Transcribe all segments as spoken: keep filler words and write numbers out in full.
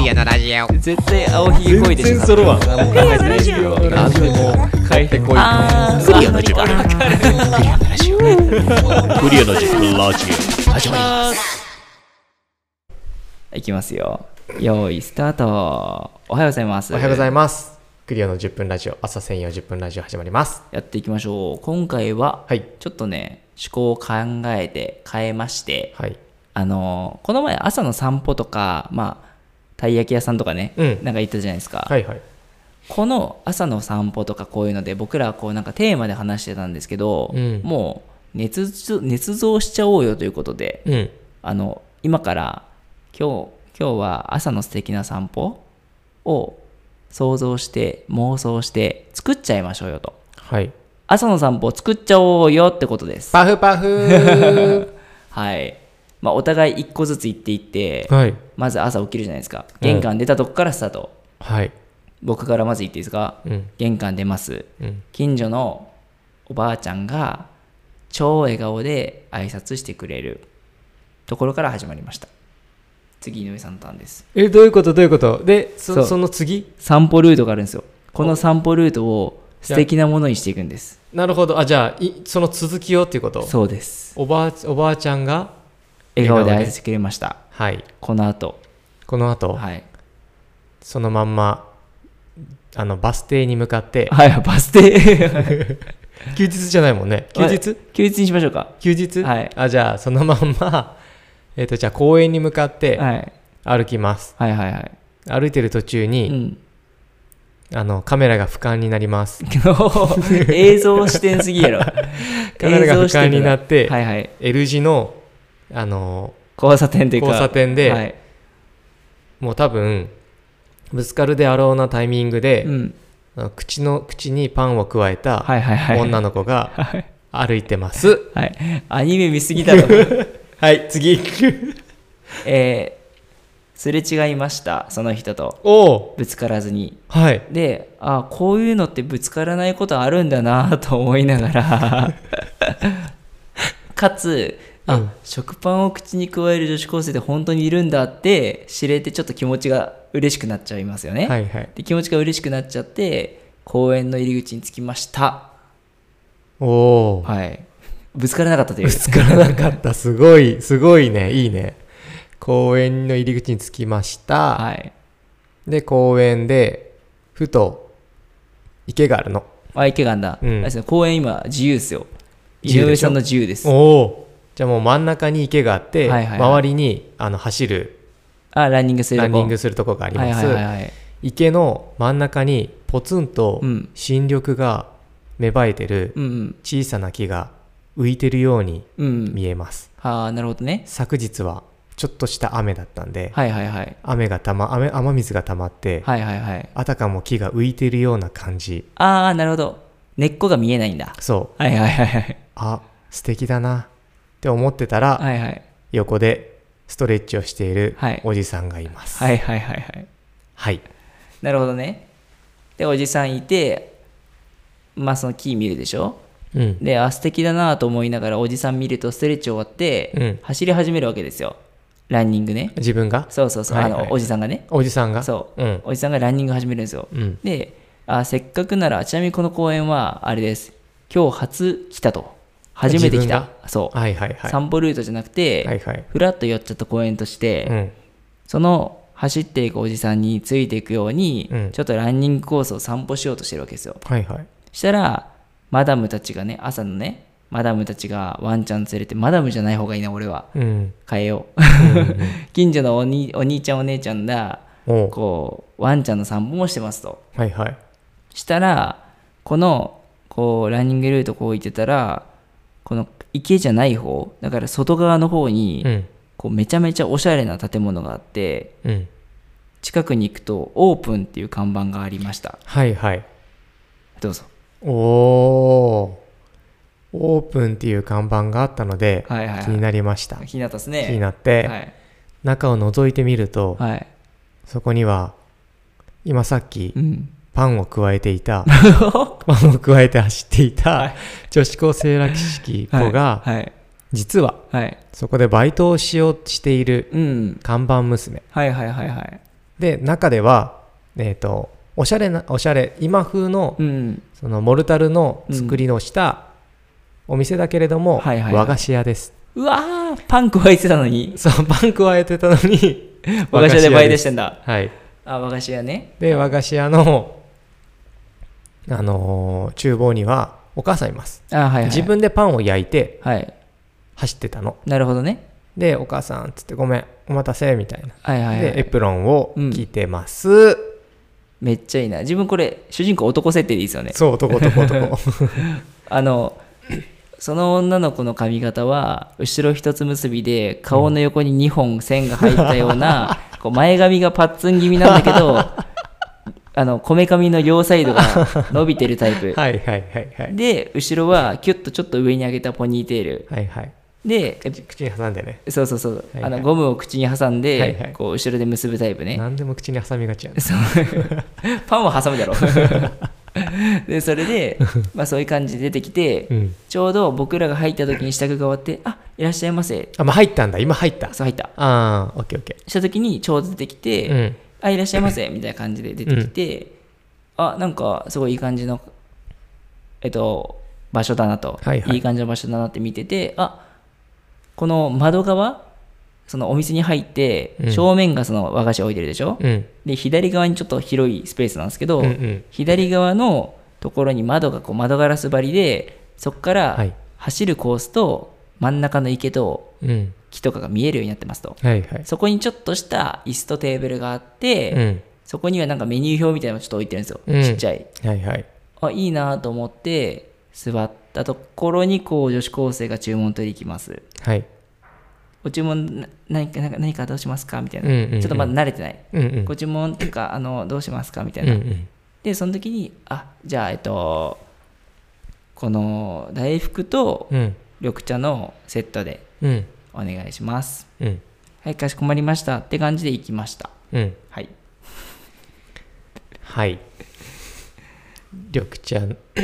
リアのラジオ。 絶対青ひげこいでしょ。 全然それは何も考えてないですけど。 何でも変えてこい。 あークリアの時間。 わかる。 クリアのラジオ。 クリアの時間ラジオ始まります。 いきますよ。用意スタート。おはようございます。 おはようございます。クリアのじゅっぷんラジオ、朝専用じゅっぷんラジオ始まります。 やっていきましょう。今回は、 はい。 ちょっとね、趣向を考えて変えまして、 はい。 あのーこの前朝の散歩とか、まあ、たい焼き屋さんとかね、 うんなんか行ったじゃないですか。 はいはい。 この朝の散歩とかこういうので僕らはこうなんかテーマで話してたんですけど、 うんもう捏造捏造しちゃおうよということで、 うん。 あの今から今日今日は朝の素敵な散歩を想像して妄想して作っちゃいましょうよと。 はい。 朝の散歩を作っちゃおうよってことです。 パフパフはい。まあお互い一個ずつ行っていって、 はい。 まず朝起きるじゃないですか。玄関出たとこからスタート。 はい。 僕からまず言っていいですか。 うん。 玄関出ます。 うん。 近所のおばあちゃんが超笑顔で挨拶してくれるところから始まりました。次井上さんのターンです。 え、どういうことどういうことで、そ、 そうその次散歩ルートがあるんですよ。この散歩ルートを素敵なものにしていくんです。 なるほど。あ、じゃあ、いその続きをっていうことそうです。 おばあ、おばあちゃんが笑顔で挨笑顔で拶してくれました。 はい。 この後、 この後、 はい。 そのまんま、あの、バス停に向かって、 はい、バス停。 休日じゃないもんね。休日休日にしましょうか。 休日はいあ、じゃあ、そのまんま、えっと、じゃあ、公園に向かってはい。 歩きます。 はいはいはい。 歩いてる途中うに、 ん。 あの、カメラが俯瞰になります。 映像視点すぎやろ。 カメラが俯瞰になって、 はいはい。 L 字の、あの、 交差点というか。 交差点ではい。 もう多分、ぶつかるであろうなタイミングで、 うん。 あの口の、口にパンを加えたはいはいはい。 女の子がはい。 歩いてます。 はい。アニメ見すぎだろ。 はい、次。 えー、すれ違いました。その人と。 おーぶつからずに。 はい。 で、あ、こういうのってぶつからないことあるんだなと思いながら、かつ、あ、 うん食パンを口に加える女子高生って本当にいるんだって知れてちょっと気持ちが嬉しくなっちゃいますよね。 はいはい。 で気持ちが嬉しくなっちゃって公園の入り口に着きました。 おーはい。ぶつからなかったという。 ぶつからなかった。すごい、すごいね。いいね。公園の入り口に着きました。 はい。 で、公園で、ふと、池があるの。 あ、池があんだ。 うんあれですね、公園今自由ですよ。 自由でしょ井上さんの自由です。 おお。じゃあもう真ん中に池があって、 はいはいはい周りにあの走る、 あ、ランニングするとこ。 ランニングするとこがあります。 はいはいはいはい。 池の真ん中にポツンとうん新緑が芽生えてるうんうん。 小さな木が浮いてるようにうん。 見えます。 はあ、なるほどね。 昨日はちょっとした雨だったんで、 はいはいはい。 雨がたま雨雨水が溜まって、 はいはいはい。 あたかも木が浮いてるような感じ。 ああ、なるほど。根っこが見えないんだ。 そう、 はいはいはいはい。 あ、素敵だなって思ってたら、 はいはい。 横でストレッチをしているはいおじさんがいます。 はいはいはいはい。 はい。 なるほどね。で、おじさんいて、まあその木見るでしょ。 うん。 で、あ、素敵だなと思いながらおじさん見るとストレッチ終わって、 うん走り始めるわけですよ。ランニングね。 自分がそうそうそう。 はいはいあの、おじさんがね。 おじさんがそう。 うん。 おじさんがランニング始めるんですよ。 うん。 で、あ、せっかくなら、ちなみにこの公園は、あれです。今日初来たと。初めて来た。そう。 はいはいはい。 散歩ルートじゃなくて、 はいはい。 ふらっと寄っちゃった公園として、 うん。 その走っていくおじさんについていくように、 うんちょっとランニングコースを散歩しようとしてるわけですよ。 はいはい。 したら、マダムたちがね、朝のね、マダムたちがワンちゃん連れて、マダムじゃない方がいいな、俺は。 うん。 変えよう。近所のおにお兄ちゃんお姉ちゃんが、 おうこう、ワンちゃんの散歩もしてますと。 はいはい。 したら、この、こう、ランニングルートこう行ってたら、この池じゃない方、だから外側の方に、 うん。 こうめちゃめちゃおしゃれな建物があって、 うん。 近くに行くとオープンっていう看板がありました。 はいはい。 どうぞ。 おー。オープンっていう看板があったので、 はいはいはい気になりました。 気になったですね。 気になって、 はい。 中を覗いてみると、 はい。 そこには、今さっきう、ん。 パンを加えていた、パンを加えて走っていた女子高生らしき子が、 はい。はい。 実ははい。 そこでバイトをしようとしているうん。 看板娘はいはいはいはい。 で中ではえっ、とおしゃれなおしゃれ今風の、 うん、 そのモルタルの作りのしたお店だけれども、 うんはいはいはい、 和菓子屋です。 うわーパン加えてたのにそうパン加えてたのに和菓子屋でバイトしてんだ。 はいあ和菓子屋ね。 で和菓子屋のあのー、厨房にはお母さんいます。 あ、はいはい、 自分でパンを焼いて走ってたの、 はい、なるほどね。 でお母さんっつってごめんお待たせみたいな、 はいはいはい、 でエプロンを着てます、うん、 めっちゃいいな。自分これ主人公男設定でいいですよね。 そう男男男あのその女の子の髪型は後ろ一つ結びで顔の横ににほん線が入ったような、うん、こう前髪がパッツン気味なんだけどあのこめかみの両サイドが伸びてるタイプはいはいはいはいで後ろはキュッとちょっと上に上げたポニーテール、 はいはい、 で口に挟んでね。 そうそうそう、はいはい、あのゴムを口に挟んで、はいはい、こう後ろで結ぶタイプね。 何でも口に挟みがちやね。 そうパンを挟むだろでそれで、まあ、そういう感じで出てきて、うん、ちょうど僕らが入った時に支度が終わってあいらっしゃいませあ、まあ、入ったんだ今入ったそう入ったああオッケーオッケーした時にちょうど出てきて、うん、あいらっしゃいませみたいな感じで出てきて、うん、あなんかすごいいい感じのえっと場所だなと、はいはい、いい感じの場所だなって見ててあこの窓側そのお店に入って、うん、正面がその和菓子を置いてるでしょ、うん、で左側にちょっと広いスペースなんですけど、うんうん、左側のところに窓がこう窓ガラス張りでそこから走るコースと真ん中の池と木とかが見えるようになってますと、はいはい、そこにちょっとした椅子とテーブルがあって、うん、そこにはなんかメニュー表みたいなのちょっと置いてるんですよ、うん、ちっちゃい、はいはい、あいいなと思って座ったところにこう女子高生が注文取りに行きます、はいご注文何か何かどうしますかみたいな、うんうんうん、ちょっとまだ慣れてない、うんうん、ご注文とかあのどうしますかみたいな、うんうん、でその時にあじゃあえっとこの大福と緑茶のセットでお願いします、うん、はいかしこまりましたって感じで行きました、うん、はいはい緑茶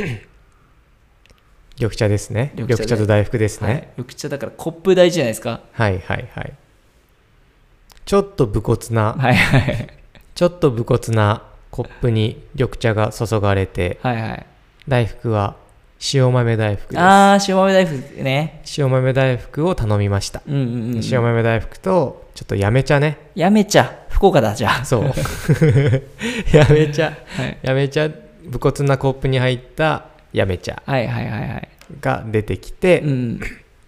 緑茶ですね。緑 茶, 緑茶と大福ですね、はい、 緑茶だからコップ大事じゃないですか。 はいはいはい。ちょっと武骨な、はいはい、ちょっと武骨なコップに緑茶が注がれて、はいはい、大福は塩豆大福です。 ああ塩豆大福ね。 塩豆大福を頼みました、うんうんうん、塩豆大福とちょっとやめ茶ね。 やめ茶福岡だじゃあ。 そうやめ茶、はい、やめ茶武骨なコップに入ったやめ茶が出てきて、はいはいはいはい、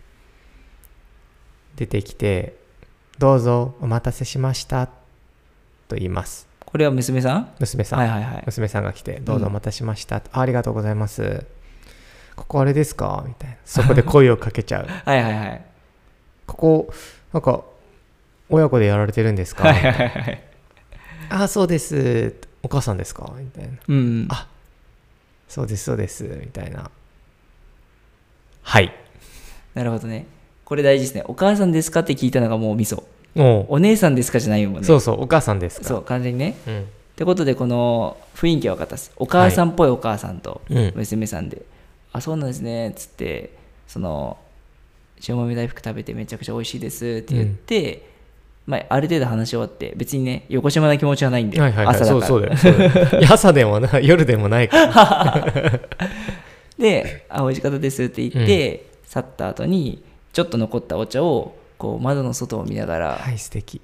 出てきてどうぞお待たせしましたと言います。 これは娘さん娘さん、はいはいはい、娘さんが来てどうぞお待たせしました、うん、あ, ありがとうございます、ここあれですかみたいな、そこで声をかけちゃうはいはいはい、ここなんか親子でやられてるんですかはいはいはい、あそうですお母さんですかみたいな、うん、あそうですそうですみたいな。はいなるほどね。これ大事ですね。お母さんですかって聞いたのがもうミソ。お姉さんですかじゃないもんね。 そうそうお母さんですか。 そう完全にね、うん、ってことでこの雰囲気は分かったです。お母さんっぽいお母さんと娘さんで、はい、あそうなんですねっつってその塩豆大福食べてめちゃくちゃ美味しいですって言って、うんまあ、ある程度話し終わって別にね横島な気持ちはないんで、はいはいはい、朝だからそうそうだよそうだよ朝でもな夜でもないからであ美味しかったですって言って、うん、去った後にちょっと残ったお茶をこう窓の外を見ながらはい素敵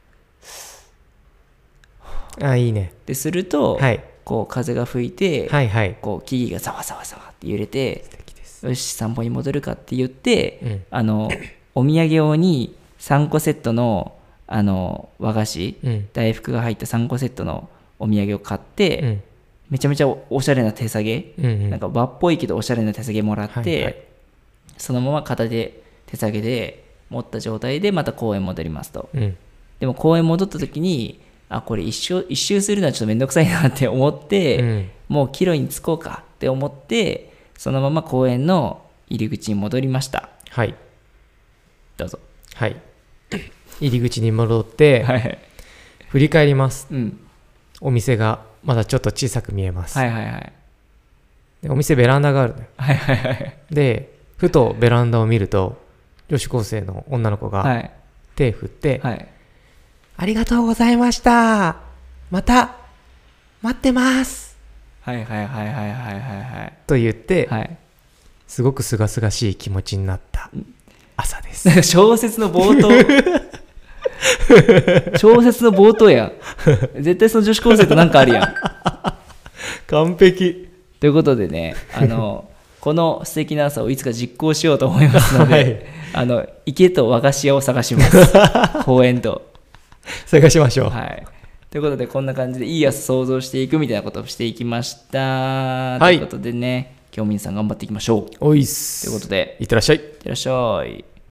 あいいねですると、はい、こう風が吹いて、はいはい、こう木々がざわざわざわって揺れて素敵ですよし散歩に戻るかって言って、うん、あのお土産用にさんこセットのあの和菓子、うん、大福が入ったさんこセットのお土産を買って、うん、めちゃめちゃ お, おしゃれな手提げ、うんうん、なんか和っぽいけどおしゃれな手提げもらって、はいはい、そのまま片手手提げで持った状態でまた公園戻りますと、うん、でも公園戻った時にあこれ一周一周するのはちょっとめんどくさいなって思って、うん、もう帰路に着こうかって思ってそのまま公園の入り口に戻りました。はいどうぞ。 はい入り口に戻って、はい、振り返ります、うん、お店がまだちょっと小さく見えます、はいはいはい、でお店ベランダがあるのよ、はいはいはい、でふとベランダを見ると女子高生の女の子が手振って、はいはい、ありがとうございましたまた待ってますはいはいはいはいはいはいはいと言って、 はい、 すごくすがすがしい気持ちになった朝です。 小説の冒頭小説の冒頭や絶対その女子高生となんかあるやん完璧ということでね、あのこの素敵な朝をいつか実行しようと思いますので、はい、あの池と和菓子屋を探します公園と探しましょう、 はい、ということでこんな感じでいい朝想像していくみたいなことをしていきました、はい、ということでね、今日皆さん頑張っていきましょう。 おいっす。 ということでいってらっしゃい。いってらっしゃい。